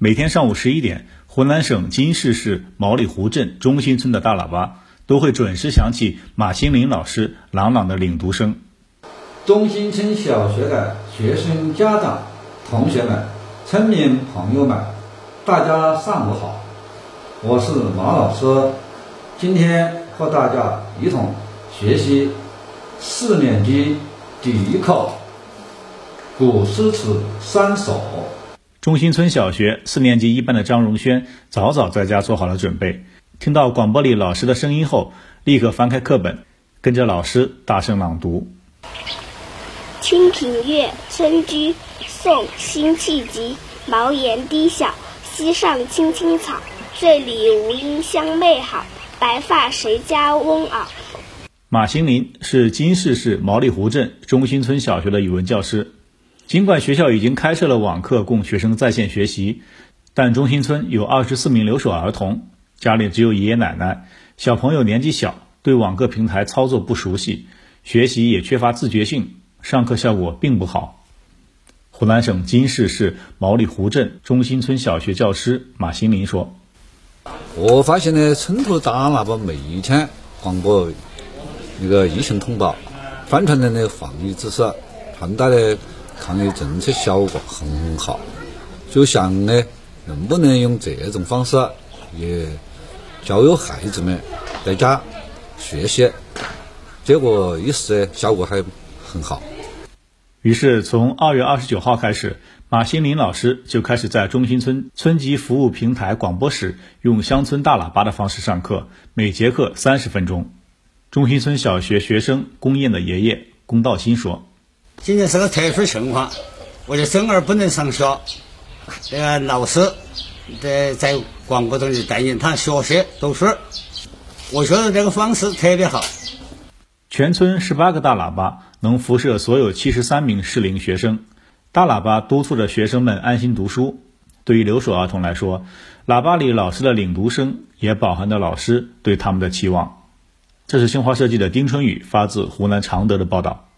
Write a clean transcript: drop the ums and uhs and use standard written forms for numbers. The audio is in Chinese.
每天上午11点，湖南省金市市毛里湖镇中心村的大喇叭都会准时响起马新林老师朗朗的领读声。 中心村小学的学生、家长、同学们、村民朋友们，大家上午好，我是马老师，今天和大家一同学习4年级第1课古诗词3首。 中心村小学4年级1班的张荣轩早早在家做好了准备，听到广播里老师的声音后，立刻翻开课本，跟着老师大声朗读。 清平乐·村居，宋·辛弃疾。茅檐低小，溪上青青草，醉里吴音相媚好，白发谁家翁媪。 马新林是金市市毛里湖镇中心村小学的语文教师。尽管学校已经开设了网课供学生在线学习，但中心村有24名留守儿童，家里只有爷爷奶奶，小朋友年纪小，对网课平台操作不熟悉，学习也缺乏自觉性，上课效果并不好。湖南省金市市毛里湖镇中心村小学教师马新林说： 我发现呢，村头大喇叭每天广播那个疫情通报，宣传的那个防疫知识，传达的抗疫政策效果很好，就想呢，能不能用这种方式也教育孩子们在家学习，结果一试效果还很好。 于是从2月29号开始，马新林老师就开始在中心村村级服务平台广播室用乡村大喇叭的方式上课，每节课30分钟。中心村小学学生龚燕的爷爷龚道新说： 今天是个特殊情况，我的孙儿不能上学，这个老师在广播中就带领他学习读书，我觉得这个方式特别好。 全村18个大喇叭能辐射所有73名适龄学生，大喇叭督促着学生们安心读书。对于留守儿童来说，喇叭里老师的领读声也饱含着老师对他们的期望。这是新华社记者丁春雨发自湖南常德的报道。